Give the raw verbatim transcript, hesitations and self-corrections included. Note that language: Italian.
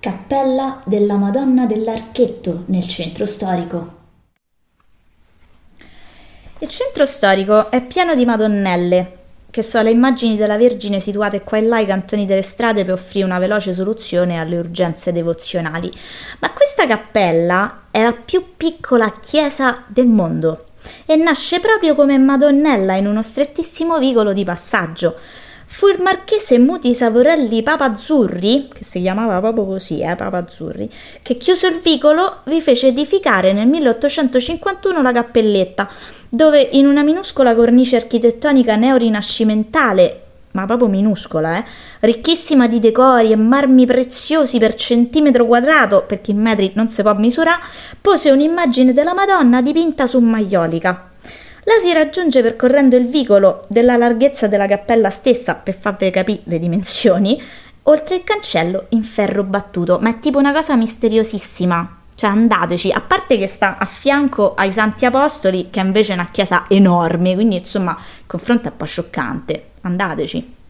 Cappella della Madonna dell'Archetto nel centro storico. Il centro storico è pieno di madonnelle, che sono le immagini della Vergine situate qua e là ai cantoni delle strade per offrire una veloce soluzione alle urgenze devozionali. Ma questa cappella è la più piccola chiesa del mondo e nasce proprio come madonnella in uno strettissimo vicolo di passaggio. Fu il marchese Muti Savorelli Papazzurri, che si chiamava proprio così, eh, Papazzurri, che chiuso il vicolo vi fece edificare nel milleottocentocinquantuno la cappelletta, dove in una minuscola cornice architettonica neorinascimentale, ma proprio minuscola, eh, ricchissima di decori e marmi preziosi per centimetro quadrato, perché in metri non si può misurare, pose un'immagine della Madonna dipinta su maiolica. La si raggiunge percorrendo il vicolo della larghezza della cappella stessa, per farvi capire le dimensioni, oltre il cancello in ferro battuto, ma è tipo una cosa misteriosissima. Cioè andateci, a parte che sta a fianco ai Santi Apostoli, che è invece una chiesa enorme, quindi insomma il confronto è un po' scioccante, andateci.